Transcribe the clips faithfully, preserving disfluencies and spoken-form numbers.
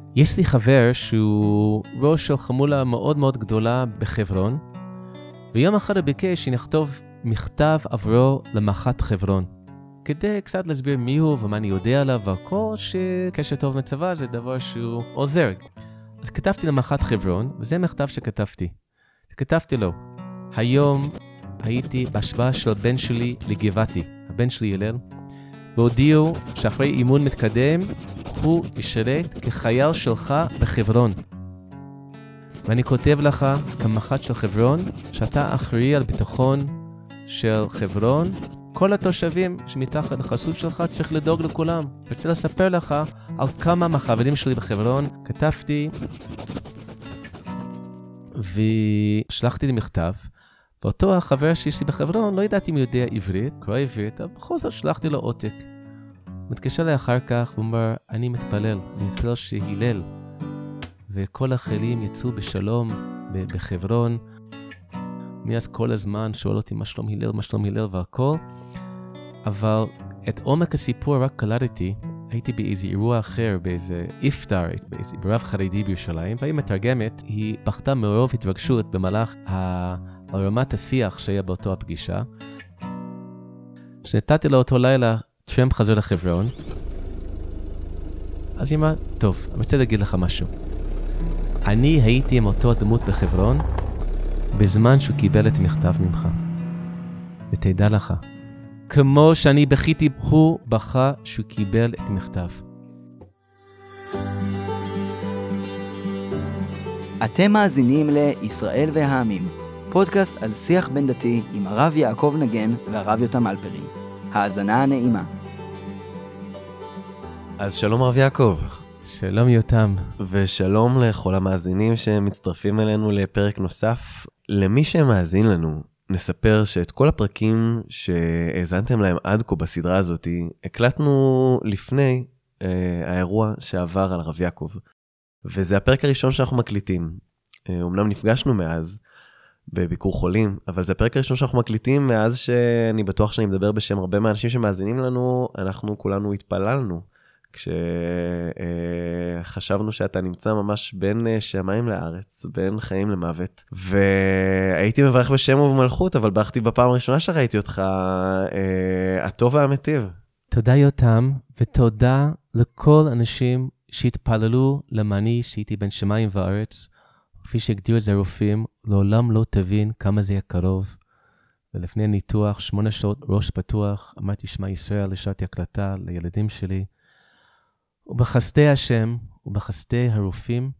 יש לי חבר שהוא ראש של חמולה מאוד מאוד גדולה בחברון, ויום אחד הוא ביקש שנכתוב מכתב עבורו למח"ט חברון, כדי קצת להסביר מי הוא ומה אני יודע עליו, והכל שקשר טוב מצבא זה דבר שהוא עוזר. אז כתבתי למח"ט חברון, וזה מכתב שכתבתי. כתבתי לו, היום הייתי בהשבעה של הבן שלי לגבעתי, הבן שלי הלל, והודיעו שאחרי אימון מתקדם, הוא ישרת כחייל שלך בחברון. ואני כותב לך כמח"ט של חברון, שאתה אחראי על ביטחון של חברון, כל התושבים שמתחת לחסות שלך צריך לדאוג לכולם. אני רוצה לספר לך על כמה מהחברים שלי בחברון, כתבתי ושלחתי לי מכתב, ואותו החבר שיש לי בחברון, לא ידעתי אם הוא יודע עברית, קרוא עברית, אבל בכל זאת שלחתי לו עותק. הוא מתקשר לי אחר כך ואומר, אני מתפלל, אני מתפלל שהילל, וכל החיילים יצאו בשלום בחברון. מאז כל הזמן שואל אותי מה שלום הלל, מה שלום הלל והכל, אבל את עומק הסיפור רק קלטתי, הייתי באיזה אירוע אחר, באיזה איפטר, באיזה ברב חרדי בירושלים, והיא מתרגמת, היא בכתה מרוב התרגשות במהלך הרמת השיח שהיה באותו הפגישה, שנתתי לו אותו לילה, טרמפ חזר לחברון, אז היא אמרה, טוב, אני רוצה להגיד לך משהו. אני הייתי עם אותו הדמות בחברון, בזמן שהוא קיבל את מכתב ממך. ותדע לך, כמו שאני בכיתי, הוא בכה שהוא קיבל את מכתב. אתם מאזינים לישראל והעמים, פודקאסט על שיח בין דתי עם הרב יעקב נגן והרב יותם אלפרין. האזנה הנעימה. אז שלום הרב יעקב. שלום יותם. ושלום לכל המאזינים שמצטרפים אלינו לפרק נוסף. למי שמאזין לנו, נספר שאת כל הפרקים שהאזנתם להם עד כה בסדרה הזאת, הקלטנו לפני אה, האירוע שעבר על הרב יעקב. וזה הפרק הראשון שאנחנו מקליטים. אה, אומנם נפגשנו מאז בביקור חולים, אבל זה הפרק הראשון שאנחנו מקליטים מאז שאני בטוח שאני מדבר בשם הרבה מהאנשים שמאזינים לנו, אנחנו כולנו התפללנו. כשחשבנו שאתה נמצא ממש בין שמיים לארץ, בין חיים למוות, והייתי מברך בשם ובמלכות, אבל ברכתי בפעם הראשונה שראיתי אותך, הטוב והמטיב. תודה יותם, ותודה לכל אנשים שהתפללו למעני שהייתי בין שמיים וארץ, כפי שהגדיר את זה הרופאים, לעולם לא תבין כמה זה יהיה קרוב. ולפני ניתוח, שמונה שעות ראש פתוח, אמרתי שמע ישראל, השארתי הקלטה לילדים שלי, ובחסדי השם, ובחסדי הרופאים,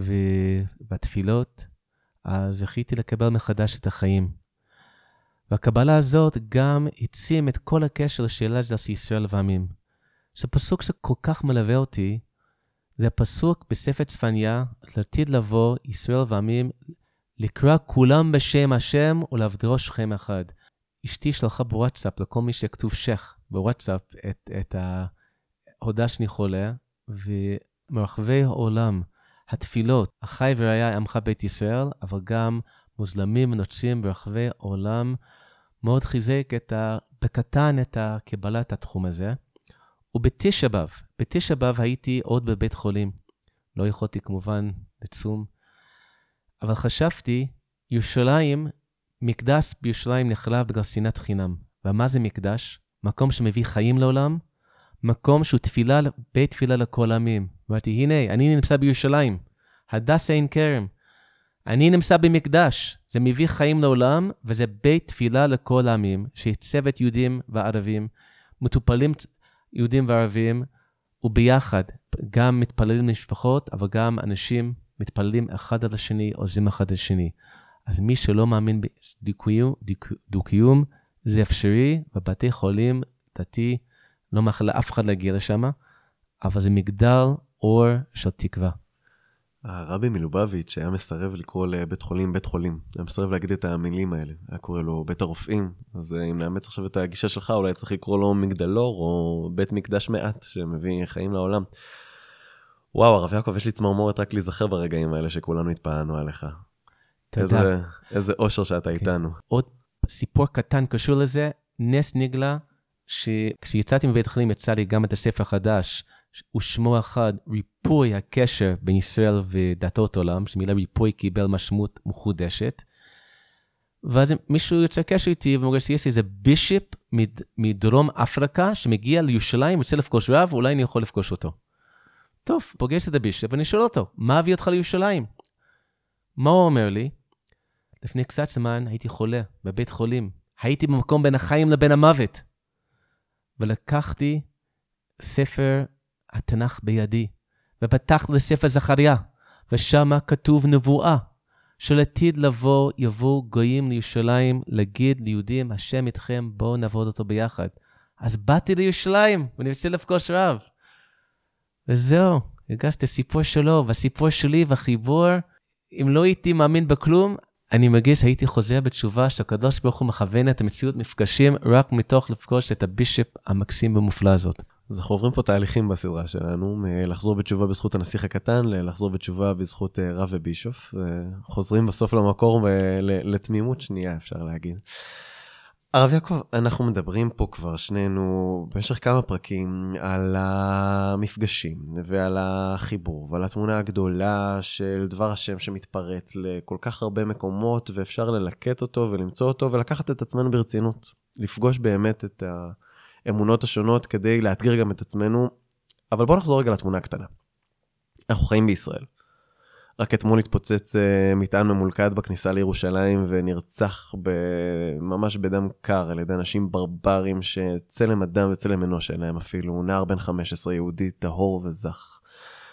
ובתפילות, אז זכיתי לקבל מחדש את החיים. והקבלה הזאת גם העצים את כל הקשר לשאלה הזאת ישראל ועמים. זה פסוק שכל כך מלווה אותי, זה הפסוק בספר צפניה, לעתיד לבוא ישראל ועמים, לקרוא כולם בשם השם ולעבדו שכם אחד. אשתי שלחה בוואטסאפ לכל מי שכתוב שך בוואטסאפ את, את ההודעה שאני חולה, ומרחבי העולם, התפילות, החי וראיה עמך בית ישראל, אבל גם מוסלמים ונוצרים ברחבי העולם, מאוד חיזק את ה, בקטן את הקבלת התחום הזה. ובתשע באב, בתשע באב הייתי עוד בבית חולים. לא יכולתי כמובן לצום. אבל חשבתי, ירושלים, מקדש בירושלים נחלב בגלל שנאת חינם. ומה זה מקדש? מקום שמביא חיים לעולם, מקום שהוא תפילה, בית תפילה לכל עמים. אמרתי, הנה, אני נמצא בירושלים. הדסה עין כרם. אני נמצא במקדש. זה מביא חיים לעולם, וזה בית תפילה לכל העמים, שצוות יהודים וערבים, מטופלים יהודים וערבים, וביחד גם מתפללים למשפחות, אבל גם אנשים מתפללים אחד על השני, עוזרים אחד על השני. אז מי שלא מאמין בדו-קיום, זה אפשרי, בבתי חולים, דתי, לא מאחל לאף אחד להגיע לשם, אבל זה מגדל אור של תקווה. הרבי מלובביץ' היה מסרב לקרוא לבית חולים בית חולים. היה מסרב להגיד את המילים האלה. היה קורא לו בית הרופאים. אז אם נאמץ עכשיו את הגישה שלך, אולי צריך לקרוא לו מגדלור, או בית מקדש מעט, שמביא חיים לעולם. וואו, הרב יעקב, יש לי צמרמורת רק להיזכר ברגעים האלה שכולנו התפעלנו עליך. תודה. איזה, איזה אושר שאתה okay. איתנו. עוד סיפור קטן קשור לזה, נס נגלה, שכשיצאתי מבית החולים יצא לי גם את הספר החדש ושמו אחד, ריפוי הקשר בין ישראל ודתות עולם, שמילה ריפוי קיבל משמעות מחודשת. ואז מישהו יוצא קשר איתי ואומר שיש איזה בישופ מדרום אפריקה שמגיע לירושלים ורוצה לפגוש רב, אולי אני יכול לפגוש אותו. טוב, פוגש את הבישופ ואני שואל אותו, מה הביא אותך לירושלים? מה הוא אומר לי? לפני קצת זמן הייתי חולה בבית חולים. הייתי במקום בין החיים לבין המוות. ולקחתי ספר התנ"ך בידי, ופתחתי לספר זכריה, ושם כתוב נבואה, שלעתיד לבוא יבואו גויים לירושלים, להגיד ליהודים, השם איתכם, בואו נעבוד אותו ביחד. אז באתי לירושלים, ואני רוצה לפגוש רב. וזהו, הרגשתי הסיפור שלו, והסיפור שלי, והחיבור, אם לא הייתי מאמין בכלום, אני מרגיש שהייתי חוזר בתשובה שהקדוש ברוך הוא מכוון את המציאות מפגשים רק מתוך לפגוש את הבישופ המקסים ומופלא הזאת. אז אנחנו עוברים פה תהליכים בסדרה שלנו, מלחזור בתשובה בזכות הנסיך הקטן, ללחזור בתשובה בזכות רב ובישוף, חוזרים בסוף למקור ולתמימות שנייה, אפשר להגיד. הרב יעקב, אנחנו מדברים פה כבר שנינו במשך כמה פרקים על המפגשים ועל החיבור ועל התמונה הגדולה של דבר השם שמתפרט לכל כך הרבה מקומות, ואפשר ללקט אותו ולמצוא אותו ולקחת את עצמנו ברצינות, לפגוש באמת את האמונות השונות כדי לאתגר גם את עצמנו. אבל בואו נחזור רגע לתמונה הקטנה. אנחנו חיים בישראל. רק אתמול התפוצץ מטען ממולכד בכניסה לירושלים ונרצח ממש בדם קר על ידי אנשים ברברים שצלם אדם וצלם אנוש אליהם אפילו, נער בן חמש עשרה יהודי טהור וזך.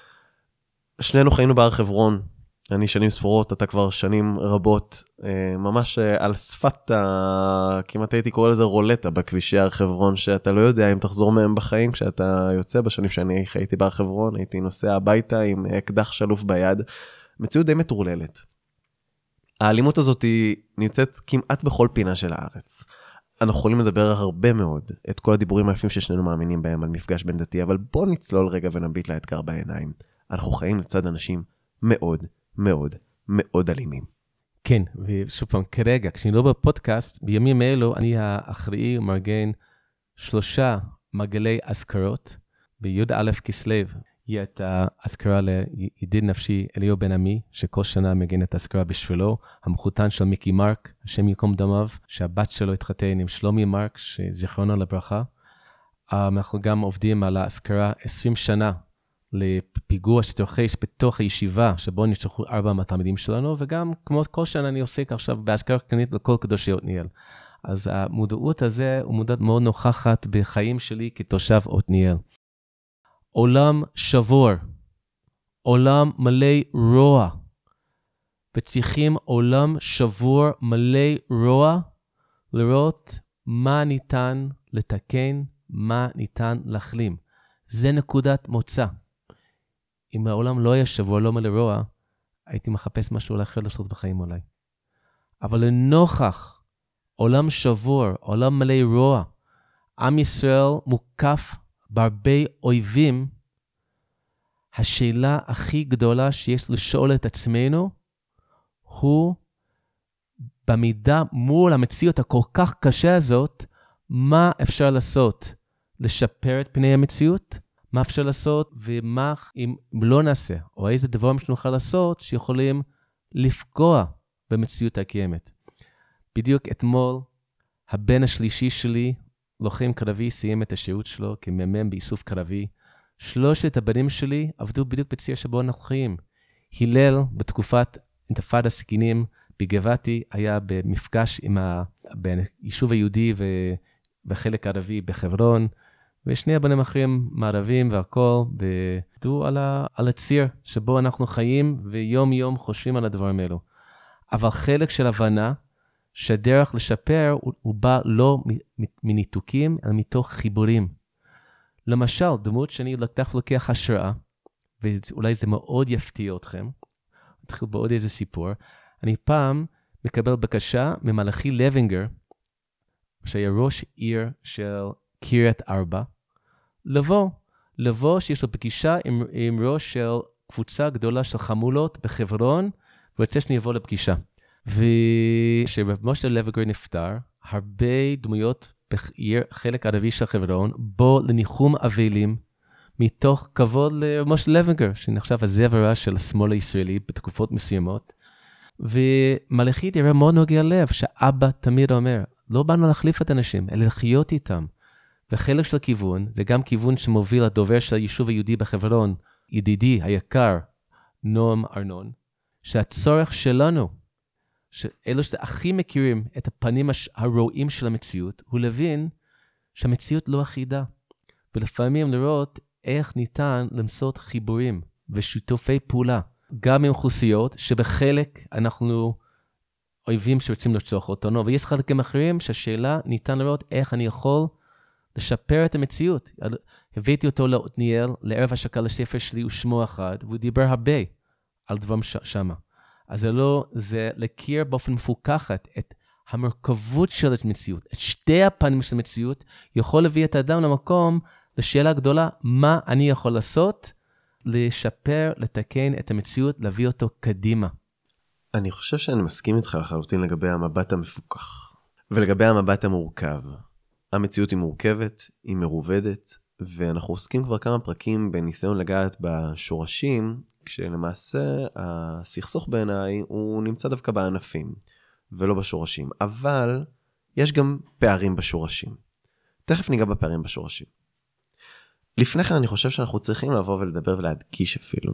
שנינו חיינו בהר חברון, אני שנים ספורות, אתה כבר שנים רבות, ממש על שפת, כמעט הייתי קורא לזה רולטה בכבישי הר חברון, שאתה לא יודע אם תחזור מהם בחיים כשאתה יוצא. בשנים שאני חייתי בהר חברון, הייתי נוסע הביתה עם אקדח שלוף ביד, מציאות די מטורללת. האלימות הזאת היא נמצאת כמעט בכל פינה של הארץ. אנחנו יכולים לדבר הרבה מאוד, את כל הדיבורים היפים ששנינו מאמינים בהם על מפגש בין דתי, אבל בוא נצלול רגע ונביט לאתגר בעיניים. אנחנו חיים לצד אנשים מאוד מאוד מאוד אלימים. כן, ושוב פעם, כרגע, כשאני לא בפודקאסט, בימים אלו אני האחראי ומארגן שלושה מגלי אזכרות, ביוד א' כסלו, יהיה את האזכרה לידיד נפשי אליהו בן עמי, שכל שנה מגן את האזכרה בשבילו, המחותן של מיקי מרק, השם יקום דמיו, שהבת שלו התחתן עם שלומי מרק, שזיכרונו לברכה. אנחנו גם עובדים על האזכרה עשרים שנה, לפיגוע שתרחש בתוך הישיבה, שבו נרצחו ארבע מהתלמידים שלנו, וגם כמו כל שנה אני עוסק עכשיו באזכרה כללית לכל קדושי עתניאל. אז המודעות הזה הוא מודעות מאוד נוכחת בחיים שלי כתושב עתניאל. עולם שבור, עולם מלא רוע, וצריכים עולם שבור מלא רוע, לראות מה ניתן לתקן, מה ניתן להחלים. זה נקודת מוצא. אם העולם לא היה שבור, לא מלא רוע, הייתי מחפש משהו אחר לעשות בחיים אולי. אבל לנוכח עולם שבור, עולם מלא רוע, עם ישראל מוקף בהרבה אויבים, השאלה הכי גדולה שיש לשאול את עצמנו, הוא במידה מול המציאות הכל כך קשה הזאת, מה אפשר לעשות? לשפר את פני המציאות? מה אפשר לעשות ומה אם לא נעשה? או איזה דברים שנוכל לעשות שיכולים לפגוע במציאות הקיימת. בדיוק אתמול, הבן השלישי שלי, לוחם קרבי, סיים את השירות שלו כמ"מ באיסוף קרבי. שלושת הבנים שלי עבדו בדיוק בציר שבו אנחנו חיים. הלל, בתקופת אינתיפאדת הסכינים, בגבעתי, היה במפגש עם ה... בין היישוב היהודי ו... וחלק ערבי בחברון, ושני הבנים אחרים מערבים והכל, עבדו על, ה... על הציר שבו אנחנו חיים, ויום יום חושבים על הדברים האלו. אבל חלק של הבנה, שהדרך לשפר הוא, הוא בא לא מניתוקים, אלא מתוך חיבורים. למשל, דמות שאני לקח לוקח השראה, ואולי זה מאוד יפתיע אתכם, נתחיל בעוד איזה סיפור, אני פעם מקבל בקשה ממלאכי לוינגר, שהיה ראש עיר של קריית ארבע, לבוא, לבוא שיש לו פגישה עם, עם ראש של קבוצה גדולה של חמולות בחברון, ורוצה שאני אבוא לפגישה. ושרב משה לוינגר נפטר, הרבה דמויות בחלק ערבי של חברון, בו לניחום אבלים, מתוך כבוד למשה לוינגר, שנחשב הזרע של השמאל הישראלי בתקופות מסוימות. ומלאכית יראה מאוד נוגע לב, שאבא תמיד אומר, לא באנו להחליף את האנשים, אלא לחיות איתם. וחלק של הכיוון, זה גם כיוון שמוביל הדובר של היישוב היהודי בחברון, ידידי היקר, נועם ארנון, שהצורך שלנו, שאלו שהכי מכירים את הפנים הרואים של המציאות, הוא להבין שהמציאות לא אחידה. ולפעמים לראות איך ניתן למסות חיבורים ושיתופי פעולה, גם עם אוכלוסיות שבחלק אנחנו אויבים שרוצים לרצוח אותנו, ויש חלקים אחרים שהשאלה ניתן לראות איך אני יכול לשפר את המציאות. הבאתי אותו לעתניאל, לערב השקה לספר שלי ושמו אחד, והוא דיבר הרבה על דברים ש- שמה. אז זה לא, זה להכיר באופן מפוקחת את המורכבות של המציאות, את שתי הפנים של המציאות, יכול להביא את האדם למקום לשאלה הגדולה, מה אני יכול לעשות, לשפר, לתקן את המציאות, להביא אותו קדימה. אני חושב שאני מסכים איתך לחלוטין לגבי המבט המפוקח, ולגבי המבט המורכב. המציאות היא מורכבת, היא מרובדת, ואנחנו עוסקים כבר כמה פרקים בניסיון לגעת בשורשים, כשלמעשה הסכסוך בעיניי הוא נמצא דווקא בענפים, ולא בשורשים. אבל יש גם פערים בשורשים. תכף ניגע בפערים בשורשים. לפני כן אני חושב שאנחנו צריכים לבוא ולדבר ולהדגיש אפילו.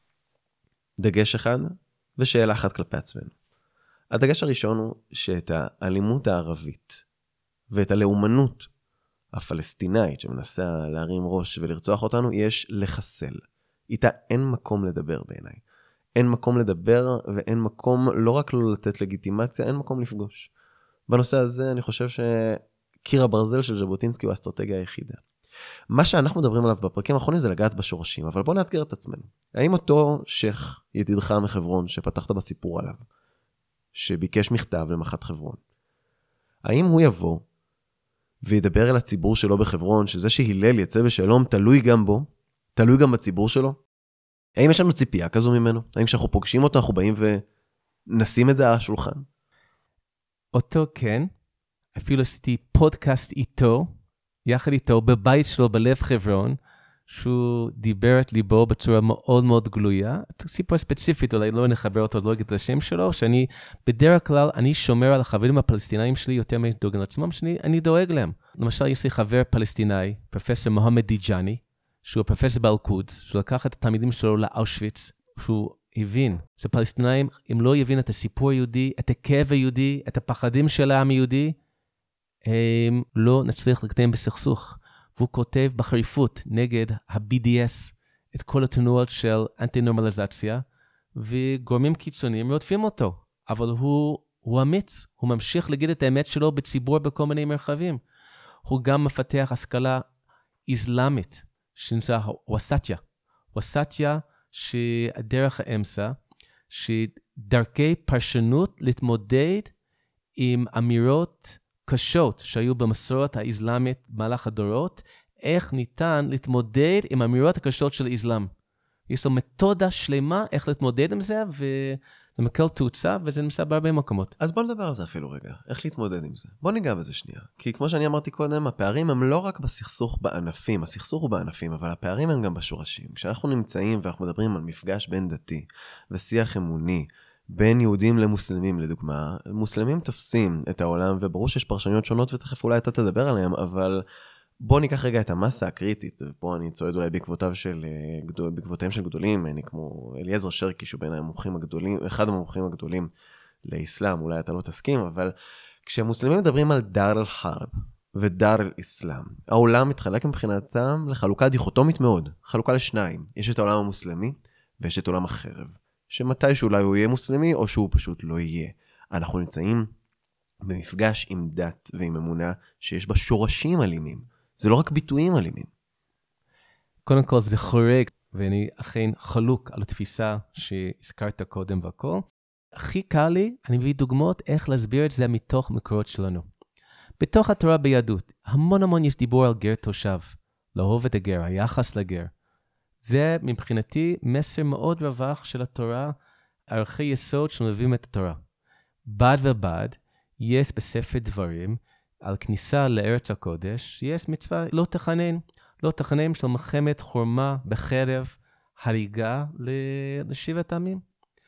דגש אחד ושאלה אחת כלפי עצמנו. הדגש הראשון הוא שאת האלימות הערבית ואת הלאומנות הפלסטינאית שמנסה להרים ראש ולרצוח אותנו, יש לחסל. איתה אין מקום לדבר בעיניי. אין מקום לדבר ואין מקום לא רק לא לתת לגיטימציה, אין מקום לפגוש. בנושא הזה אני חושב שקיר הברזל של ז'בוטינסקי הוא האסטרטגיה היחידה. מה שאנחנו מדברים עליו בפרקים האחרונים זה לגעת בשורשים, אבל בוא נאתגר את עצמנו. האם אותו שייך ידידך מחברון שפתחת בסיפור עליו, שביקש מכתב למח"ט חברון, האם הוא יבוא וידבר אל הציבור שלו בחברון, שזה שהילל יצא בשלום תלוי גם בו, תלוי גם בציבור שלו? האם יש לנו ציפייה כזו ממנו? האם כשאנחנו פוגשים אותו אנחנו באים ונשים את זה על השולחן? אותו כן, אפילו עשיתי פודקאסט איתו, יחד איתו, בבית שלו, בלב חברון, שהוא דיבר את ליבו בצורה מאוד מאוד גלויה. סיפור ספציפית, אולי לא נחבר אותו, לא אגיד את השם שלו, שאני בדרך כלל, אני שומר על החברים הפלסטינאים שלי יותר מדואג לעצמם, שאני דואג להם. למשל, יש לי חבר פלסטינאי, פרופסור מוחמד דיג'אני, שהוא פרופסור באל-קודס, שהוא לקח את התלמידים שלו לאושוויץ, שהוא הבין שפלסטינאים, אם לא יבין את הסיפור היהודי, את הכאב היהודי, את הפחדים של העם היהודי, הם לא נצליח לקדם בסכסוך. והוא כותב בחריפות נגד ה-בי די אס, את כל התנועות של אנטי-נורמליזציה, וגורמים קיצוניים רודפים אותו. אבל הוא, הוא אמיץ, הוא ממשיך להגיד את האמת שלו בציבור בכל מיני מרחבים. הוא גם מפתח השכלה איסלאמית, שנקרא ווסטיה. ווסטיה שדרך האמצע, שדרכי פרשנות להתמודד עם אמירות קשות שהיו במסורת האסלאמית במהלך הדורות, איך ניתן להתמודד עם האמירות הקשות של האסלאם. יש לו מתודה שלמה איך להתמודד עם זה, וזה מקל תאוצה, וזה נמצא בהרבה מקומות. אז בוא נדבר על זה אפילו רגע, איך להתמודד עם זה. בוא ניגע בזה שנייה. כי כמו שאני אמרתי קודם, הפערים הם לא רק בסכסוך בענפים, הסכסוך הוא בענפים, אבל הפערים הם גם בשורשים. כשאנחנו נמצאים ואנחנו מדברים על מפגש בין דתי ושיח אמוני, בין יהודים למוסלמים לדוגמה, מוסלמים תופסים את העולם, וברור שיש פרשניות שונות, ותכף אולי אתה תדבר עליהם, אבל בוא ניקח רגע את המסה הקריטית, ופה אני צועד אולי בעקבותיו של, בעקבותיהם של גדולים, אני כמו אליעזר שרקי, שהוא בין המומחים הגדולים, אחד המומחים הגדולים לאסלאם, אולי אתה לא תסכים, אבל כשהמוסלמים מדברים על דאר אל-חרב ודאר אל-אסלאם, העולם מתחלק מבחינתם לחלוקה דיכוטומית מאוד, חלוקה לשניים, יש את העולם המוסלמי, ויש את עולם החרב. שמתי שאולי הוא יהיה מוסלמי, או שהוא פשוט לא יהיה. אנחנו נמצאים במפגש עם דת ועם אמונה, שיש בה שורשים אלימים. זה לא רק ביטויים אלימים. קודם כל זה חורג, ואני אכן חלוק על התפיסה שהזכרת קודם והכל. הכי קל לי, אני מביא דוגמאות איך להסביר את זה מתוך מקורות שלנו. בתוך התורה ביהדות, המון המון יש דיבור על גר תושב, לאהוב את הגר, היחס לגר. זה מבחינתי מסר מאוד רווח של התורה, ערכי יסוד שמלווים את התורה. בד ובד, יש בספר דברים, על כניסה לארץ הקודש, יש מצווה לא תחנן. לא תכנן של מלחמת חורמה בחרב הריגה לשבעת העמים.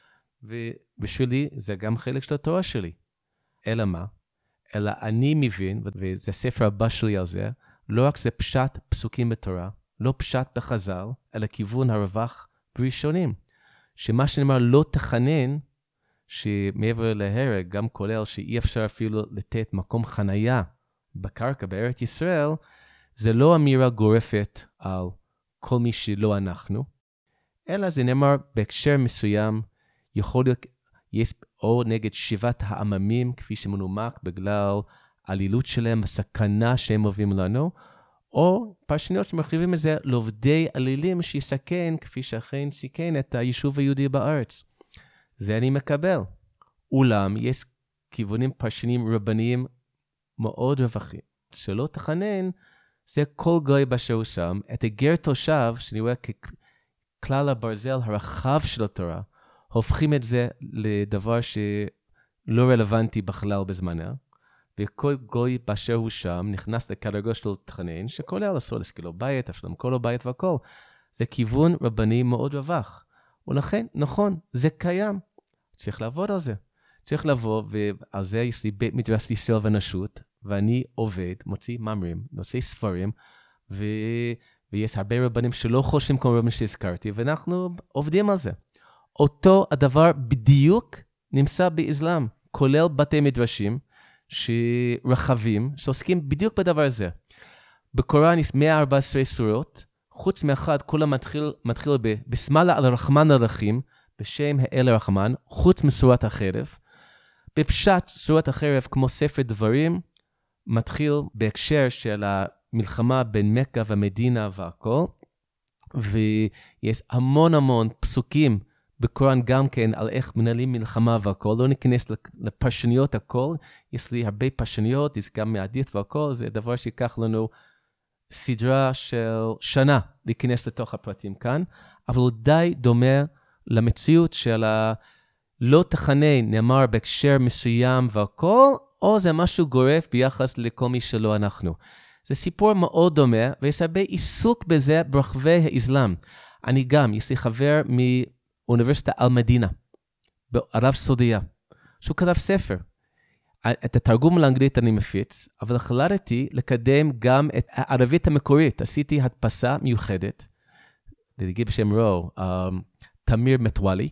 ובשבילי זה גם חלק של התורה שלי. אלא מה? אלא אני מבין, וזה הספר הבא שלי על זה, לא רק זה פשט פסוקים בתורה, לא פשט בחז"ל, אלא כיוון הרווח בראשונים. שמה שנאמר לא תכנן, שמעבר להרג גם כולל שאי אפשר אפילו לתת מקום חנייה בקרקע בארץ ישראל, זה לא אמירה גורפת על כל מי שלא אנחנו, אלא זה נאמר בהקשר מסוים, יכול להיות, יש או נגד שבעת העממים, כפי שמנומק בגלל העלילות שלהם, הסכנה שהם מביאים לנו, או פרשניות שמרחיבים את זה לעובדי עלילים שיסכן, כפי שאכן סיכן את היישוב היהודי בארץ. זה אני מקבל. אולם יש כיוונים פרשנים רבניים מאוד רווחים. שלא תכנן, זה כל גוי באשר הוא שם, את הגר תושב, שאני רואה ככלל הברזל הרחב של התורה, הופכים את זה לדבר שלא רלוונטי בכלל בזמנה, וכל גוי באשר הוא שם נכנס לקטגוריה של תכנן, שכולל אסור להשכיר לו בית, אפשר למכור לו בית והכל. זה כיוון רבני מאוד רווח. ולכן, נכון, זה קיים. צריך לעבוד על זה. צריך לבוא, ועל זה יש לי בית מדרש ישראל ונשות, ואני עובד, מוציא מאמרים, מוציא ספרים, ו... ויש הרבה רבנים שלא חושבים כמו רבנים שהזכרתי, ואנחנו עובדים על זה. אותו הדבר בדיוק נמצא באסלאם, כולל בתי מדרשים שרחבים, שעוסקים בדיוק בדבר הזה. בקוראן יש מאה וארבע עשרה סורות, חוץ מאחד, כולם מתחיל, מתחיל ב, בסמלה על הרחמן הרחים, בשם האל הרחמן, חוץ מסורת החרב. בפשט, סורת החרב, כמו ספר דברים, מתחיל בהקשר של המלחמה בין מקה ומדינה והכל, ויש המון המון פסוקים בקוראן גם כן על איך מנהלים מלחמה והכל, לא ניכנס לפרשניות הכל, יש לי הרבה פרשניות, יש גם מעדית והכל, זה דבר שיקח לנו סדרה של שנה להיכנס לתוך הפרטים כאן, אבל הוא די דומה למציאות של לא תכנן, נאמר בהקשר מסוים והכל, או זה משהו גורף ביחס לכל מי שלא אנחנו. זה סיפור מאוד דומה, ויש הרבה עיסוק בזה ברחבי האסלאם. אני גם, יש לי חבר מאוניברסיטה אל-מדינה, בערב סעודיה, שהוא כתב ספר. את התרגום לאנגלית אני מפיץ, אבל החלטתי לקדם גם את הערבית המקורית. עשיתי הדפסה מיוחדת, נגיד בשם רו, uh, תמיר מתואלי,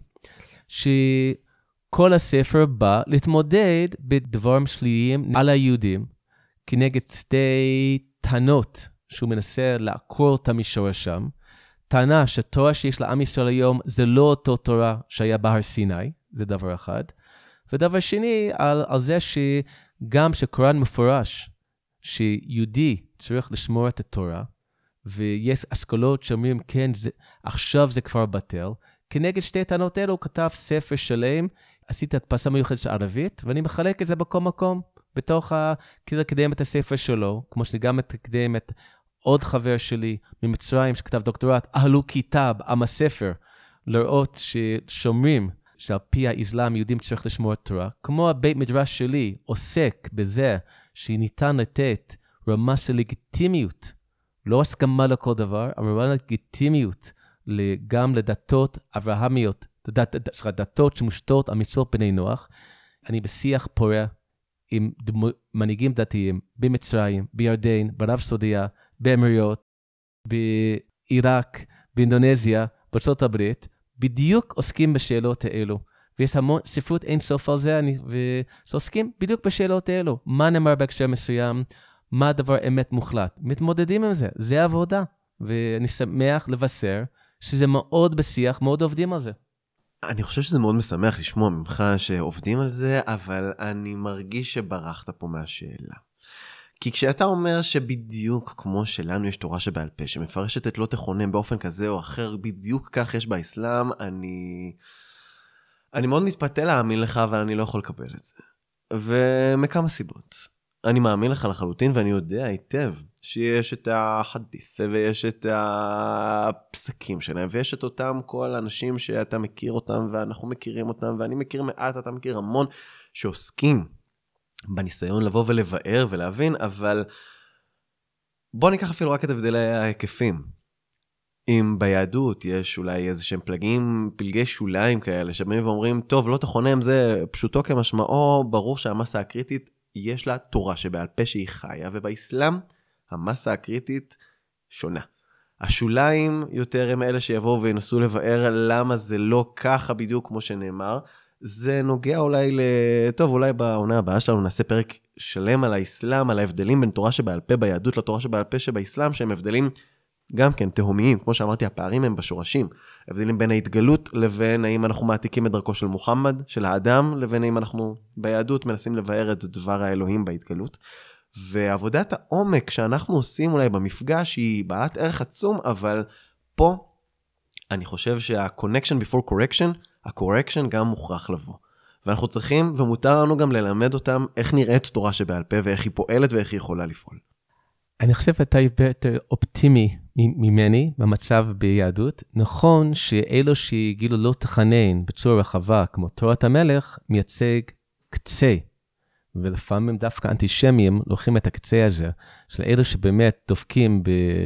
שכל הספר בא להתמודד בדברים שליליים על היהודים, כנגד שתי טענות שהוא מנסה לעקור אותם משורשם. טענה שתורה שיש לעם ישראל היום זה לא אותו תורה שהיה בהר סיני, זה דבר אחד. ודבר שני, על, על זה שגם שקוראן מפורש, שיהודי צריך לשמור את התורה, ויש אסכולות שאומרים, כן, זה, עכשיו זה כבר בטל. כנגד שתי טענות אלו, הוא כתב ספר שלם, עשיתי הדפסה מיוחדת של ערבית, ואני מחלק את זה בכל מקום, בתוך ה... כדי לקדם את הספר שלו, כמו שגם לקדם את עוד חבר שלי ממצרים, שכתב דוקטורט, אהלו כיתב, עם הספר, לראות ששומרים, שעל פי האסלאם יהודים צריך לשמור את תורה, כמו הבית מדרש שלי עוסק בזה שניתן לתת רמה של לגיטימיות, לא הסכמה לכל דבר, אבל רמה לגיטימיות גם לדתות אברהמיות, דתות, דתות שמושתות על מצוות בני נוח. אני בשיח פורה עם מנהיגים דתיים במצרים, בירדן, בערב סעודיה, באמירויות, בעיראק, באינדונזיה, בארצות הברית, בדיוק עוסקים בשאלות האלו. ויש המון ספרות אין סוף על זה, אני, ועוסקים בדיוק בשאלות האלו. מה נאמר בהקשר מסוים, מה הדבר אמת מוחלט. מתמודדים עם זה, זה עבודה. ואני שמח לבשר שזה מאוד בשיח, מאוד עובדים על זה. אני חושב שזה מאוד משמח לשמוע ממך שעובדים על זה, אבל אני מרגיש שברחת פה מהשאלה. כי כשאתה אומר שבדיוק כמו שלנו יש תורה שבעל פה, שמפרשת את לא תכונן באופן כזה או אחר, בדיוק כך יש באסלאם, אני... אני מאוד מתפתה להאמין לך, אבל אני לא יכול לקבל את זה. ומכמה סיבות. אני מאמין לך לחלוטין, ואני יודע היטב שיש את החדית' ויש את הפסקים שלהם, ויש את אותם כל האנשים שאתה מכיר אותם, ואנחנו מכירים אותם, ואני מכיר מעט, אתה מכיר המון, שעוסקים בניסיון לבוא ולבאר ולהבין, אבל בוא ניקח אפילו רק את הבדלי ההיקפים. אם ביהדות יש אולי איזה שהם פלגים, פלגי שוליים כאלה, שבאים ואומרים, טוב, לא תכונם, זה פשוטו כמשמעו, ברור שהמסה הקריטית יש לה תורה שבעל פה שהיא חיה, ובאסלאם המסה הקריטית שונה. השוליים יותר הם אלה שיבואו וינסו לבאר למה זה לא ככה בדיוק כמו שנאמר. זה נוגע אולי ל... טוב, אולי בעונה הבאה שלנו נעשה פרק שלם על האסלאם, על ההבדלים בין תורה שבעל פה ביהדות לתורה שבעל פה שבאסלאם, שהם הבדלים גם כן תהומיים. כמו שאמרתי, הפערים הם בשורשים. הבדלים בין ההתגלות לבין האם אנחנו מעתיקים את דרכו של מוחמד, של האדם, לבין האם אנחנו ביהדות מנסים לבאר את דבר האלוהים בהתגלות. ועבודת העומק שאנחנו עושים אולי במפגש היא בעלת ערך עצום, אבל פה אני חושב שה-connection before correction, ה-correction גם מוכרח לבוא. ואנחנו צריכים ומותר לנו גם ללמד אותם איך נראית תורה שבעל פה ואיך היא פועלת ואיך היא יכולה לפעול. אני חושב שאתה יותר אופטימי ממני במצב ביהדות. נכון שאלו שגילו לא תכנן בצורה רחבה כמו תורת המלך מייצג קצה. ולפעמים דווקא אנטישמים לוקחים את הקצה הזה, של אלו שבאמת דופקים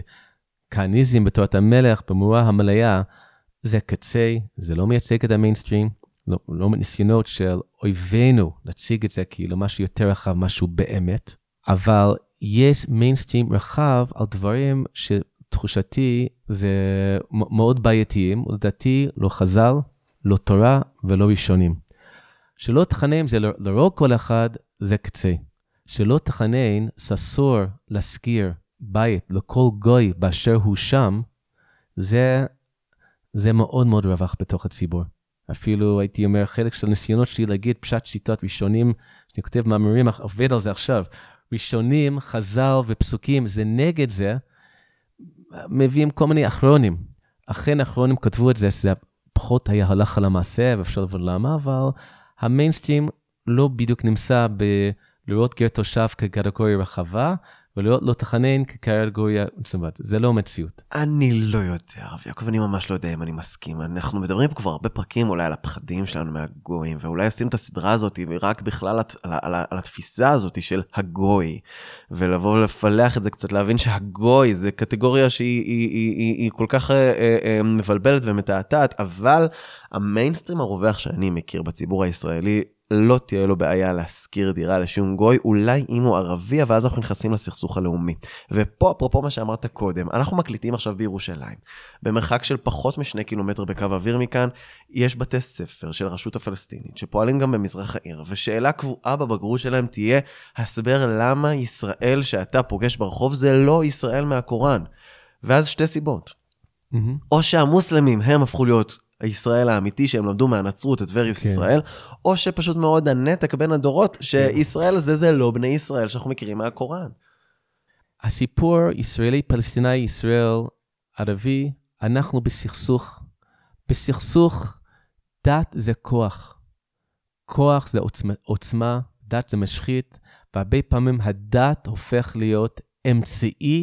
בכהניזם בתורת המלך, במורה המלאה, זה קצה, זה לא מייצג את המיינסטרים, לא, לא ניסיונות של אויבינו להציג את זה כאילו משהו יותר רחב, משהו באמת, אבל יש מיינסטרים רחב על דברים שתחושתי זה מאוד בעייתיים, ולדעתי לא חז"ל, לא תורה ולא ראשונים. שלא תכנן זה לראות כל אחד, זה קצה. שלא תכנן ססור להזכיר בית לכל גוי באשר הוא שם, זה, זה מאוד מאוד רווח בתוך הציבור. אפילו הייתי אומר, חלק של ניסיונות שלי להגיד פשט שיטות ראשונים, שאני כותב מאמרים, עובד על זה עכשיו, ראשונים, חז"ל ופסוקים, זה נגד זה, מביאים כל מיני אחרונים. אכן האחרונים כתבו את זה, זה פחות היה הלכה למעשה, ואפשר לבין למה, אבל המיינסטרים לא בדיוק נמצא בלראות גר תושב כקטגוריה רחבה, ולראות לא תכנן כקטגוריה מצוות. זה לא מציאות. אני לא יודע, הרב יעקב, אני ממש לא יודע אם אני מסכים. אנחנו מדברים פה כבר הרבה פרקים אולי על הפחדים שלנו מהגויים, ואולי עושים את הסדרה הזאת רק בכלל על, על, על, על התפיסה הזאת של הגוי, ולבוא ולפלח את זה קצת, להבין שהגוי זה קטגוריה שהיא היא, היא, היא, היא כל כך אה, אה, מבלבלת ומתעתעת, אבל המיינסטרים הרווח שאני מכיר בציבור הישראלי, לא תהיה לו בעיה להשכיר דירה לשום גוי, אולי אם הוא ערבי, ואז אנחנו נכנסים לסכסוך הלאומי. ופה, אפרופו מה שאמרת קודם, אנחנו מקליטים עכשיו בירושלים. במרחק של פחות משני קילומטר בקו אוויר מכאן, יש בתי ספר של הרשות הפלסטינית, שפועלים גם במזרח העיר, ושאלה קבועה בבגרות שלהם תהיה, הסבר למה ישראל שאתה פוגש ברחוב, זה לא ישראל מהקוראן. ואז שתי סיבות. Mm-hmm. או שהמוסלמים הם הפכו להיות הישראל האמיתי שהם למדו מהנצרות את וריוס כן. ישראל, או שפשוט מאוד הנתק בין הדורות, שישראל זה זה לא בני ישראל שאנחנו מכירים מהקוראן. הסיפור ישראלי, פלסטיני, ישראל, ערבי, אנחנו בסכסוך. בסכסוך, דת זה כוח. כוח זה עוצמה, עוצמה, דת זה משחית, והרבה פעמים הדת הופך להיות אמצעי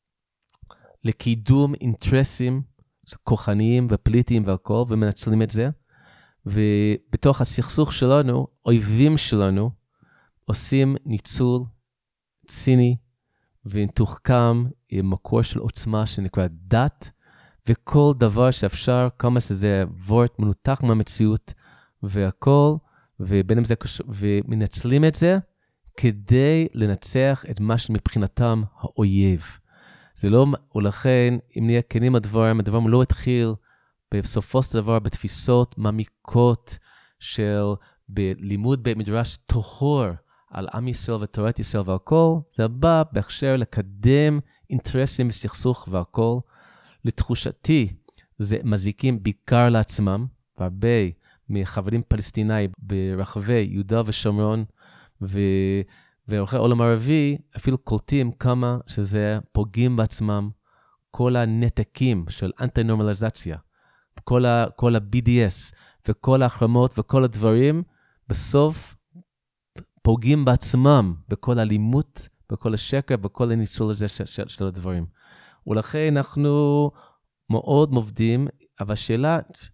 לקידום אינטרסים, כוחניים ופוליטיים והכל, ומנצלים את זה. ובתוך הסכסוך שלנו, אויבים שלנו עושים ניצול ציני ותוחכם עם מקור של עוצמה שנקרא דת, וכל דבר שאפשר, כמה שזה וורט מנותח מהמציאות והכל, ובין אם זה קשור, ומנצלים את זה כדי לנצח את מה שמבחינתם האויב. זה לא, ולכן, אם נהיה כנים הדברים, הדברים לא התחיל בסופו של דבר בתפיסות מעמיקות של בלימוד בית מדרש טהור על עם ישראל ותורת ישראל והכל, זה בא בהכשר לקדם אינטרסים בסכסוך והכל. לתחושתי, זה מזיקים בעיקר לעצמם, והרבה מחברים פלסטינאים ברחבי יהודה ושומרון, ו... ואחרי העולם הערבי אפילו קולטים כמה שזה פוגעים בעצמם, כל הנתקים של אנטי-נורמליזציה, כל ה, כל ה-בי די אס וכל ההחרמות וכל הדברים, בסוף פוגעים בעצמם בכל האלימות, בכל השקר, בכל הניצול הזה של, של, של הדברים. ולכן אנחנו מאוד מובדים, אבל השאלה,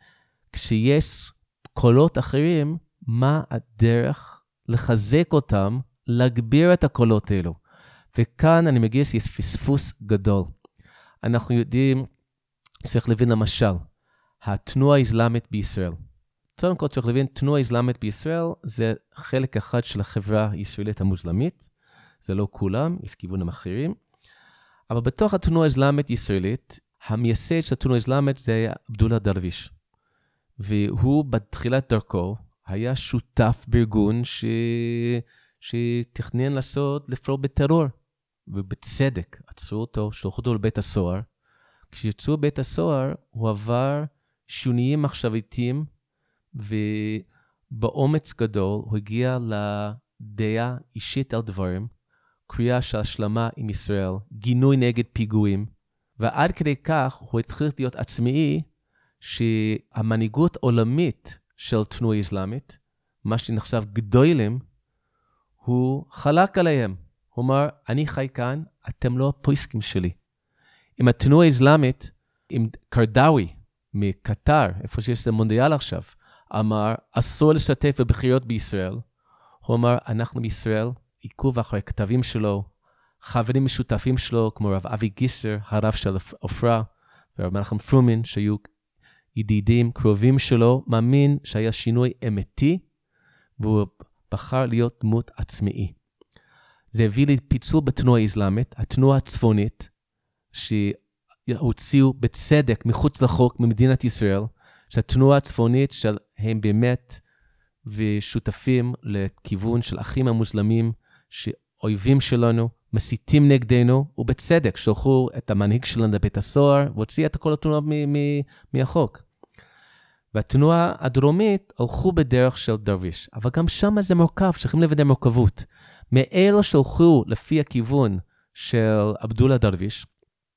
כשיש קולות אחרים, מה הדרך לחזק אותם, להגביר את הקולות האלו. וכאן אני מגיע שיש פספוס גדול. אנחנו יודעים, צריך להבין למשל, התנועה האסלאמית בישראל. קודם כל צריך להבין, תנועה האסלאמית בישראל זה חלק אחד של החברה הישראלית המוסלמית, זה לא כולם, יש כיוונים אחרים, אבל בתוך התנועה האסלאמית הישראלית, המייסד של התנועה האסלאמית זה עבדוללה דרוויש, והוא בתחילת דרכו היה שותף בארגון ש... שתכנן לעשות לפעול בטרור, ובצדק עצרו אותו, שלחו אותו לבית הסוהר. כשיצאו לבית הסוהר, הוא עבר שינויים מחשבתיים, ובאומץ גדול הוא הגיע לדעה אישית על דברים, קריאה של השלמה עם ישראל, גינוי נגד פיגועים, ועד כדי כך הוא התחיל להיות עצמאי, שהמנהיגות עולמית של תנועה אסלאמית, מה שנחשב גדולים, הוא חלק עליהם. הוא אמר, אני חי כאן, אתם לא הפויסקים שלי. עם התנועה האסלאמית, עם קרדאווי מקטר, איפה שיש את המונדיאל עכשיו, אמר, אסור להשתתף בבחירות בישראל. הוא אמר, אנחנו בישראל, עיכוב אחרי כתבים שלו, חברים משותפים שלו, כמו רב אבי גיסר, הרב של עופרה, ורב מנחם פרומן, שהיו ידידים קרובים שלו, מאמין שהיה שינוי אמיתי, והוא בחר להיות דמות עצמאי. זה הביא לפיצול בתנועה האסלאמית, התנועה הצפונית, שהוציאו בצדק מחוץ לחוק ממדינת ישראל, שהתנועה הצפונית שהם באמת ושותפים לכיוון של אחים המוסלמים, שאויבים שלנו, מסיתים נגדנו, ובצדק שלחו את המנהיג שלנו לבית הסוהר, והוציא את כל התנועה מהחוק. והתנועה הדרומית הלכו בדרך של דרוויש, אבל גם שם זה מורכב, צריכים לוודא מורכבות. מאלו שהלכו לפי הכיוון של עבדוללה דרוויש,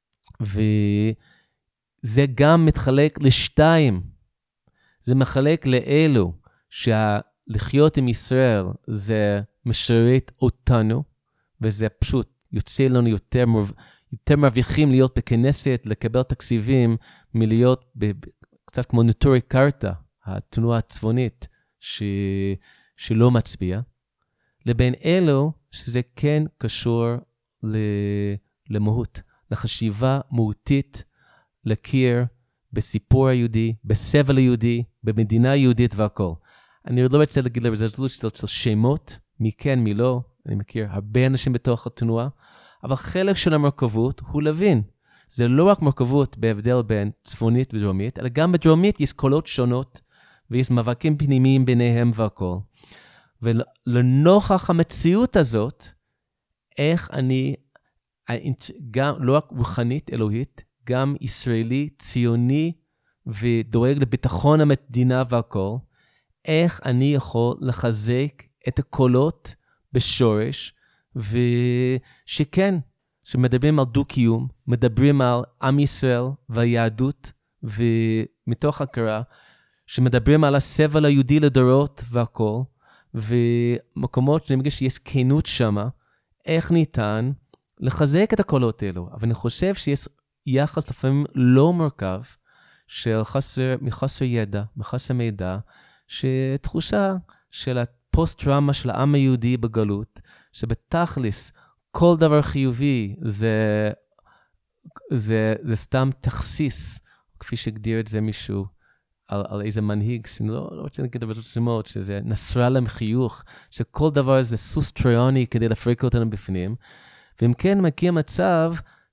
וזה גם מתחלק לשתיים. זה מחלק לאלו שלחיות עם ישראל זה משרת אותנו, וזה פשוט יוצא לנו יותר, יותר מרוויחים להיות בכנסת, לקבל תקציבים, מלהיות ב, קצת כמו נטורי קרתא, התנועה הצפונית ש, שלא מצביע, לבין אלו שזה כן קשור למהות, לחשיבה מהותית, להכיר בסיפור היהודי, בסבל היהודי, במדינה יהודית והכל. אני עוד לא רוצה להגיד לרזולוציות של שמות, מי כן, מי לא, אני מכיר הרבה אנשים בתוך התנועה, אבל חלק של המורכבות הוא להבין. זה לא רק מורכבות בהבדל בין צפונית ודרומית, אלא גם בדרומית יש קולות שונות, ויש מאבקים פנימיים ביניהם והכל. ולנוכח המציאות הזאת, איך אני, גם, לא רק רוחנית אלוהית, גם ישראלי, ציוני, ודואג לביטחון המדינה והכל, איך אני יכול לחזק את הקולות בשורש, ושכן, שמדברים על דו-קיום, מדברים על עם ישראל והיהדות, ומתוך הכרה, שמדברים על הסבל היהודי לדורות והכל, ומקומות שאני מרגיש שיש כנות שמה, איך ניתן לחזק את הקולות האלו. אבל אני חושב שיש יחס לפעמים לא מורכב, של חסר, מחסר ידע, מחסר מידע, שתחושה של הפוסט-טראומה של העם היהודי בגלות, שבתכלס כל דבר חיובי זה, זה, זה סתם תכסיס, כפי שהגדיר את זה מישהו, על, על איזה מנהיג, שאני לא, לא רוצה להגיד את שמות, שזה נסראללה מחיוך, שכל דבר זה סוס טרויאני כדי לפרק אותנו בפנים, ואם כן מגיע מצב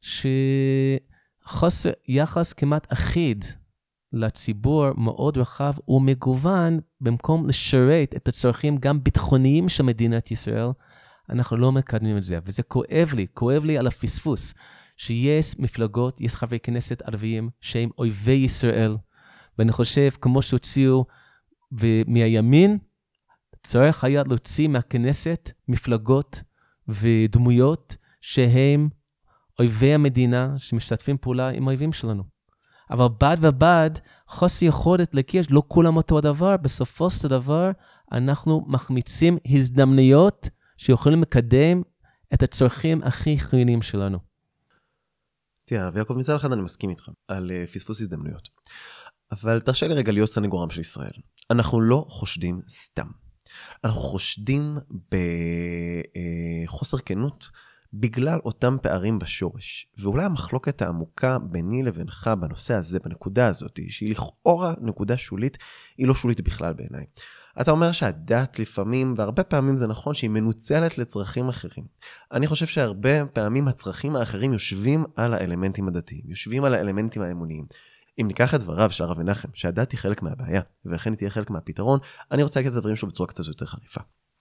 שחוסר יחס כמעט אחיד לציבור מאוד רחב ומגוון, במקום לשרת את הצרכים גם ביטחוניים של מדינת ישראל, אנחנו לא מקדמים את זה, וזה כואב לי, כואב לי על הפספוס, שיש מפלגות, יש חברי כנסת ערביים שהם אויבי ישראל, ואני חושב, כמו שהוציאו מהימין, צריך היה להוציא מהכנסת מפלגות ודמויות שהם אויבי המדינה, שמשתתפים פעולה עם האויבים שלנו. אבל בד ובד, חוסר יכולת להכיר, לא כולם אותו הדבר, בסופו של דבר, אנחנו מחמיצים הזדמנויות שיכולים לקדם את הצרכים הכי חיוניים שלנו. תראה, ויעקב, מצד אחד אני מסכים איתך על פספוס הזדמנויות. אבל תרשה לי רגע להיות סנגורם של ישראל. אנחנו לא חושדים סתם. אנחנו חושדים בחוסר כנות בגלל אותם פערים בשורש, ואולי המחלוקת העמוקה ביני לבינך בנושא הזה, בנקודה הזאת, שהיא לכאורה נקודה שולית, היא לא שולית בכלל בעיניי. אתה אומר שהדת לפעמים, והרבה פעמים זה נכון, שהיא מנוצלת לצרכים אחרים. אני חושב שהרבה פעמים הצרכים האחרים יושבים על האלמנטים הדתיים, יושבים על האלמנטים האמוניים. אם ניקח את דבריו של הרב מנחם, שהדת היא חלק מהבעיה, וכן היא תהיה חלק מהפתרון, אני רוצה להגיד את הדברים שלו בצורה קצת יותר חריפה.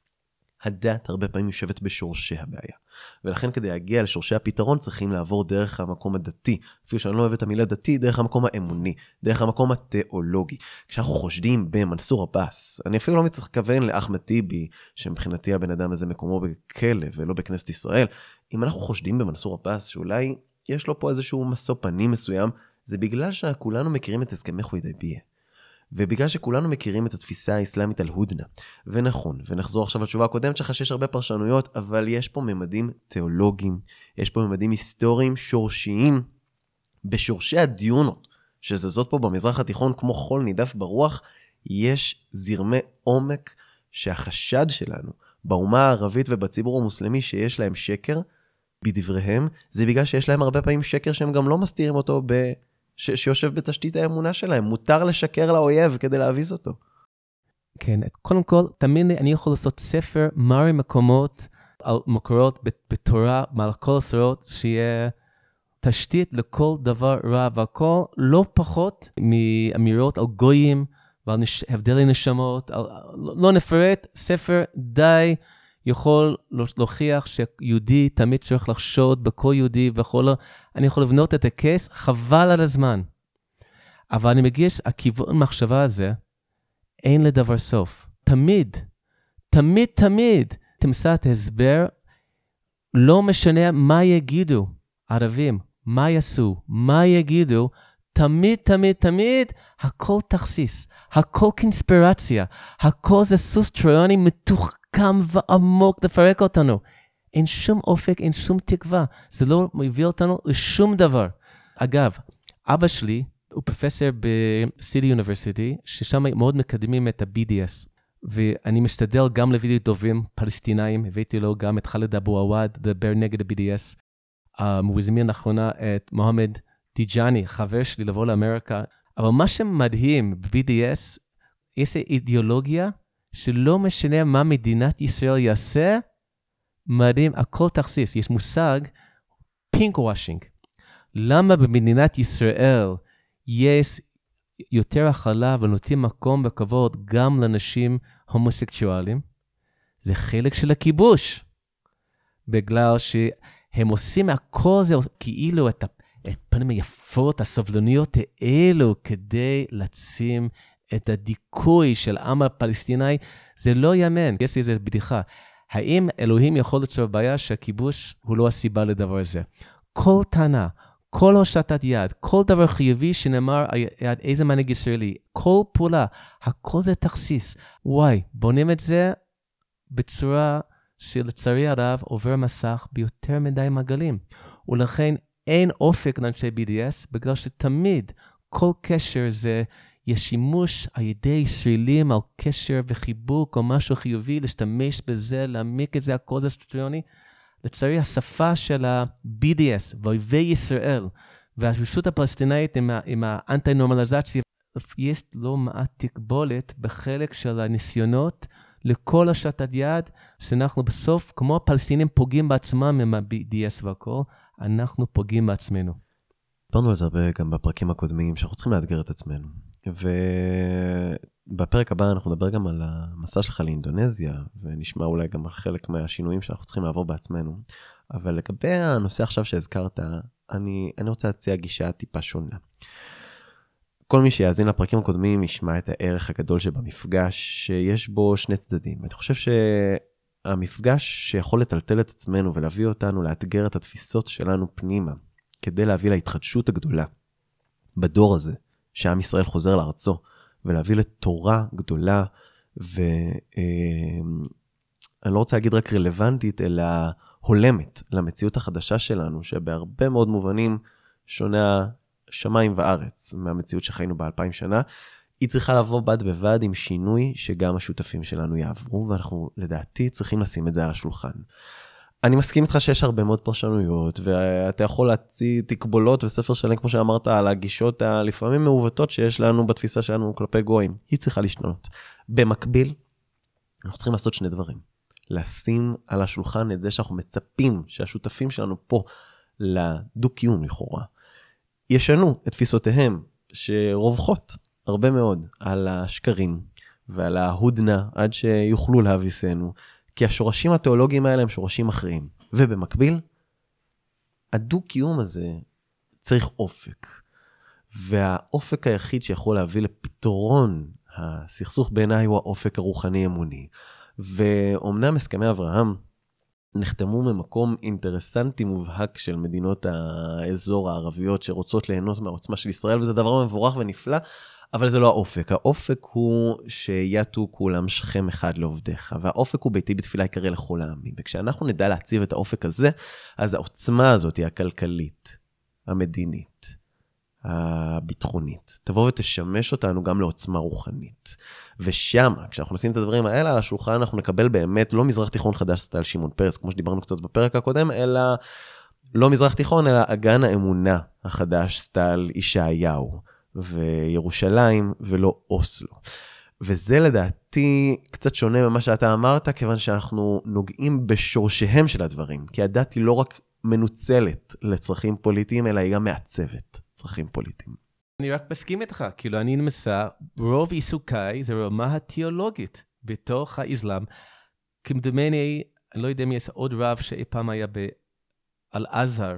הדת הרבה פעמים יושבת בשורשי הבעיה. ולכן כדי להגיע לשורשי הפתרון צריכים לעבור דרך המקום הדתי. אפילו שאני לא אוהב את המילה דתי, דרך המקום האמוני, דרך המקום התיאולוגי. כשאנחנו חושדים במנסור עבאס, אני אפילו לא מתכוון לאחמד טיבי, שמבחינתי הבן אדם הזה מקומו בכלא ולא בכנסת ישראל. אם אנחנו חושדים במנסור עבאס, שאולי יש לו פה איזשהו מסע פנים מסוים, זה בגלל שכולנו מכירים את הסכמי חודיבייה. ובגלל שכולנו מכירים את התפיסה האסלאמית על הודנה. ונכון, ונחזור עכשיו לתשובה הקודמת שלך שיש הרבה פרשנויות, אבל יש פה ממדים תיאולוגיים, יש פה ממדים היסטוריים שורשיים, בשורשי הדיונות, שזזות פה במזרח התיכון כמו חול נידף ברוח, יש זרמי עומק שהחשד שלנו, באומה הערבית ובציבור המוסלמי שיש להם שקר, בדבריהם, זה בגלל שיש להם הרבה פעמים שקר שהם גם לא מסתירים אותו ב... ש... שיושב בתשתית האמונה שלהם. מותר לשקר לאויב כדי להביס אותו. כן, קודם כל, תמיד אני יכול לעשות ספר מרי מקומות על מקורות בתורה, מעל כל הסורות, שיהיה תשתית לכל דבר רע, והכל לא פחות מאמירות על גויים, ועל נש... הבדלי נשמות, על... לא נפרט, ספר די יכול להוכיח שיהודי תמיד צריך לחשוד בכל יהודי, וכל... אני יכול לבנות את הקייס, חבל על הזמן. אבל אני מגיש, הכיוון מחשבה הזה, אין לדבר סוף. תמיד, תמיד, תמיד, תמצא את ההסבר, לא משנה מה יגידו ערבים, מה יעשו, מה יגידו, תמיד, תמיד, תמיד, הכל תכסיס, הכל קונספירציה, הכל זה סוס טרויאני מתוחכם ועמוק לפרק אותנו. אין שום אופק, אין שום תקווה. זה לא מביא אותנו לשום דבר. אגב, אבא שלי הוא פרופסור בסיטי יוניברסיטי, ששם מאוד מקדמים את ה-בי די אס. ואני משתדל גם להביא דוברים פלסטינאים, הבאתי לו גם את חאלד אבו עוואד, לדבר נגד ה-בי די אס. הוא הזמין לאחרונה את מוחמד טיג'אני, חבר שלי לבוא לאמריקה. אבל מה שמדהים ב-בי די אס, יש אידיאולוגיה שלא משנה מה מדינת ישראל יעשה, מדהים, הכל תכסיס. יש מושג פינק וושינג. למה במדינת ישראל יש יותר הכלה ונותנים מקום וכבוד גם לאנשים הומוסקסואלים? זה חלק של הכיבוש. בגלל שהם עושים הכל זה כאילו את, את פנים היפות, הסובלניות האלו, כדי לשים את הדיכוי של העם הפלסטיני. זה לא יאמן. יש איזו בדיחה. האם אלוהים יכול ליצור בעיה שהכיבוש הוא לא הסיבה לדבר הזה? כל טענה, כל הושטת יד, כל דבר חיובי שנאמר יד איזה מנהיג ישראלי, כל פעולה, הכל זה תכסיס. וואי, בונים את זה בצורה שלצערי הרב עובר מסך ביותר מדי מעגלים. ולכן אין אופק לאנשי בי די אס, בגלל שתמיד כל קשר זה יש שימוש על ידי ישראלים על קשר וחיבוק או משהו חיובי, להשתמש בזה, להעמיק את זה, הכל זה סטריוני. לצערי, השפה של ה-בי די אס ואויבי ישראל והרשות הפלסטינאית עם, עם האנטי-נורמליזציה, יש לא מעט תקבולת בחלק של הניסיונות לכל השטת יד, שאנחנו בסוף, כמו הפלסטינים פוגעים בעצמם עם ה-בי די אס והכל, אנחנו פוגעים בעצמנו. דיברנו על זה הרבה גם בפרקים הקודמים, שאנחנו צריכים לאתגר את עצמנו. ובפרק הבא אנחנו נדבר גם על המסע שלך לאינדונזיה, ונשמע אולי גם על חלק מהשינויים שאנחנו צריכים לעבור בעצמנו. אבל לגבי הנושא עכשיו שהזכרת, אני, אני רוצה להציע גישה טיפה שונה. כל מי שיאזין לפרקים הקודמים ישמע את הערך הגדול שבמפגש, שיש בו שני צדדים. אני חושב שהמפגש שיכול לטלטל את עצמנו ולהביא אותנו לאתגר את התפיסות שלנו פנימה, כדי להביא להתחדשות הגדולה בדור הזה, שעם ישראל חוזר לארצו, ולהביא לתורה גדולה, ואני לא רוצה להגיד רק רלוונטית, אלא הולמת למציאות החדשה שלנו, שבהרבה מאוד מובנים שונה שמיים וארץ, מהמציאות שחיינו באלפיים שנה, היא צריכה לבוא בד בבד עם שינוי שגם השותפים שלנו יעברו, ואנחנו לדעתי צריכים לשים את זה על השולחן. אני מסכים איתך שיש הרבה מאוד פרשנויות, ואתה יכול להציע תקבולות וספר שלם, כמו שאמרת, על הגישות הלפעמים מעוותות שיש לנו בתפיסה שלנו כלפי גויים. היא צריכה להשתנות. במקביל, אנחנו צריכים לעשות שני דברים. לשים על השולחן את זה שאנחנו מצפים שהשותפים שלנו פה לדו-קיום לכאורה, ישנו את תפיסותיהם שרווחות הרבה מאוד על השקרים ועל ההודנה עד שיוכלו להביסנו, כי השורשים התיאולוגיים האלה הם שורשים אחרים. ובמקביל, הדו-קיום הזה צריך אופק. והאופק היחיד שיכול להביא לפתרון הסכסוך בעיניי הוא האופק הרוחני אמוני. ואומנם הסכמי אברהם נחתמו ממקום אינטרסנטי מובהק של מדינות האזור הערביות שרוצות ליהנות מהעוצמה של ישראל, וזה דבר מבורך ונפלא, אבל זה לא האופק. האופק הוא שיתו כולם שכם אחד לעובדיך, והאופק הוא ביתי בתפילה יקרא לכל העמים. וכשאנחנו נדע להציב את האופק הזה, אז העוצמה הזאת היא הכלכלית, המדינית, הביטחונית, תבוא ותשמש אותנו גם לעוצמה רוחנית. ושם, כשאנחנו נשים את הדברים האלה על השולחן, אנחנו נקבל באמת לא מזרח תיכון חדש סטייל שמעון פרס, כמו שדיברנו קצת בפרק הקודם, אלא לא מזרח תיכון, אלא אגן האמונה החדש סטייל ישעיהו, וירושלים ולא אוסלו. וזה לדעתי קצת שונה ממה שאתה אמרת, כיוון שאנחנו נוגעים בשורשיהם של הדברים, כי הדת היא לא רק מנוצלת לצרכים פוליטיים, אלא היא גם מעצבת צרכים פוליטיים. אני רק מסכים איתך, כאילו אני נמסה, רוב עיסוקיי זה רמה התיאולוגית בתוך האסלאם. כמדומני, אני לא יודע אם יש עוד רב שאי פעם היה באל-אזהר,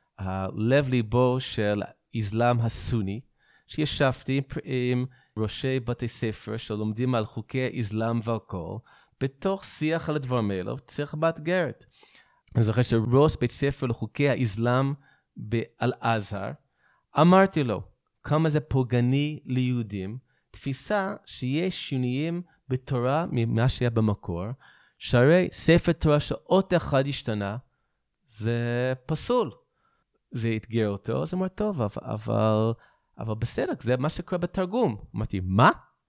הלב ליבו של האסלאם הסוני, שישבתי עם ראשי בתי ספר שלומדים על חוקי האסלאם והכל, בתוך שיח על הדברים האלו, צריך מאתגרת. אני זוכר שראש בית ספר לחוקי האסלאם באל-אזהר, אמרתי לו, כמה זה פוגעני ליהודים, תפיסה שיש שינויים בתורה ממה שהיה במקור, שהרי ספר תורה שעוד אחד השתנה, זה פסול. זה התגר אותו, אז אמר, טוב, אבל, אבל, אבל בסדר, זה מה שקורה בתרגום. אמרתי, מה?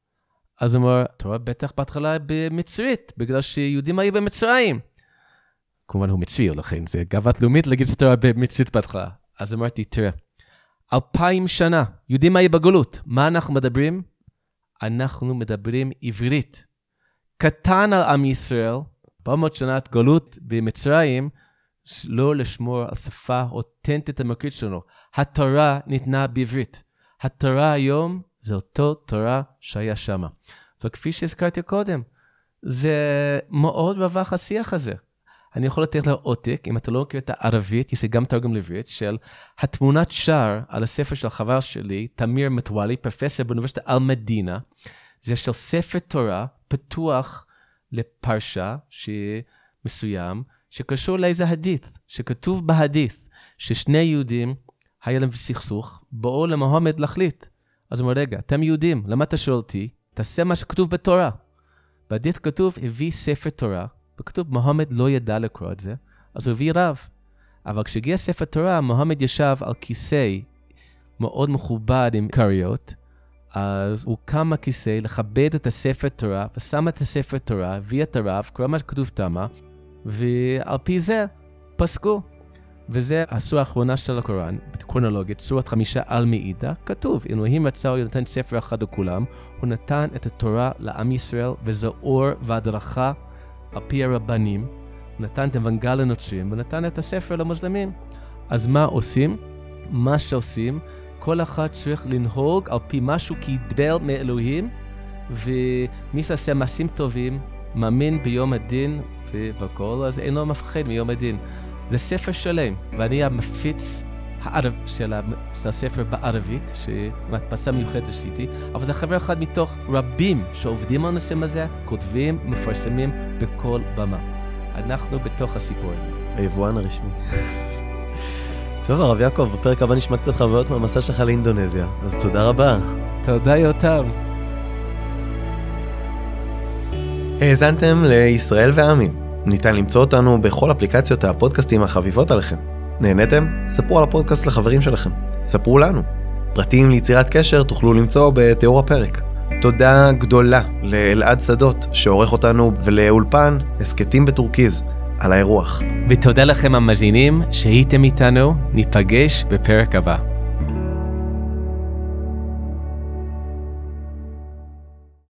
אז אמר, תורה בטח בהתחלה במצרית, בגלל שיהודים היו במצרים. כמובן הוא מצרי, לכן זה גאוות לאומית להגיד שתורה במצרית בהתחלה. אז אמרתי, תראה, אלפיים שנה, יהודים היו בגלות. מה אנחנו מדברים? אנחנו מדברים עברית. קטן על עם ישראל, ארבע מאות שנת גלות במצרים, לא לשמור על שפה אותנטית המקרית שלנו. התורה ניתנה בעברית. התורה היום זה אותו תורה שהיה שם. וכפי שהזכרתי קודם, זה מאוד רווח השיח הזה. אני יכול לתת לה עותק, אם אתה לא מכיר את הערבית, יש גם תרגם לעברית, של התמונת שער על הספר של חבר שלי, תמיר מתואלי, פרופסור באוניברסיטת אל-מדינה, זה של ספר תורה פתוח לפרשה מסוים, שקשור לאיזה הדית, שכתוב בהדית, ששני יהודים, היה להם סכסוך, באו למוחמד להחליט. אז הוא אומר, רגע, אתם יהודים, למה אתה שואל אותי? תעשה מה שכתוב בתורה. בהדית כתוב, הביא ספר תורה, וכתוב, מוחמד לא ידע לקרוא את זה, אז הוא הביא רב. אבל כשהגיע ספר תורה, מוחמד ישב על כיסא מאוד מכובד עם קריות, אז הוא קם מהכיסא לכבד את הספר תורה, ושם את הספר תורה, הביא את הרב, קרא מה שכתוב תמה, ועל פי זה פסקו. וזה הסורה האחרונה של הקוראן, בקרונולוגית, סורת חמישה על מאידה, כתוב, אלוהים רצה הוא נתן ספר אחד לכולם, הוא נתן את התורה לעם ישראל, וזה אור והדרכה על פי הרבנים, הוא נתן את האוונגל לנוצרים, ונתן את הספר למוסלמים. אז מה עושים? מה שעושים, כל אחד צריך לנהוג על פי משהו כי ידבר מאלוהים, ומי שעשה מעשים טובים, מאמין ביום הדין וכל, אז אינו מפחד מיום הדין. זה ספר שלם, ואני המפיץ הערב של הספר בערבית, שמדפסה מיוחדת עשיתי, אבל זה חבר אחד מתוך רבים שעובדים על הנושאים הזה, כותבים, מפרסמים בכל במה. אנחנו בתוך הסיפור הזה. היבואן הרשמי. טוב, הרב יעקב, בפרק הבא נשמע קצת חוויות מהמסע שלך לאינדונזיה, אז תודה רבה. תודה יותם. האזנתם לישראל ועמים. ניתן למצוא אותנו בכל אפליקציות הפודקאסטים החביבות עליכם. נהניתם? ספרו על הפודקאסט לחברים שלכם. ספרו לנו. פרטים ליצירת קשר תוכלו למצוא בתיאור הפרק. תודה גדולה לאלעד שדות שעורך אותנו, ולאולפן הסקטים בטורקיז על האירוח. ותודה לכם המאזינים שהייתם איתנו, ניפגש בפרק הבא.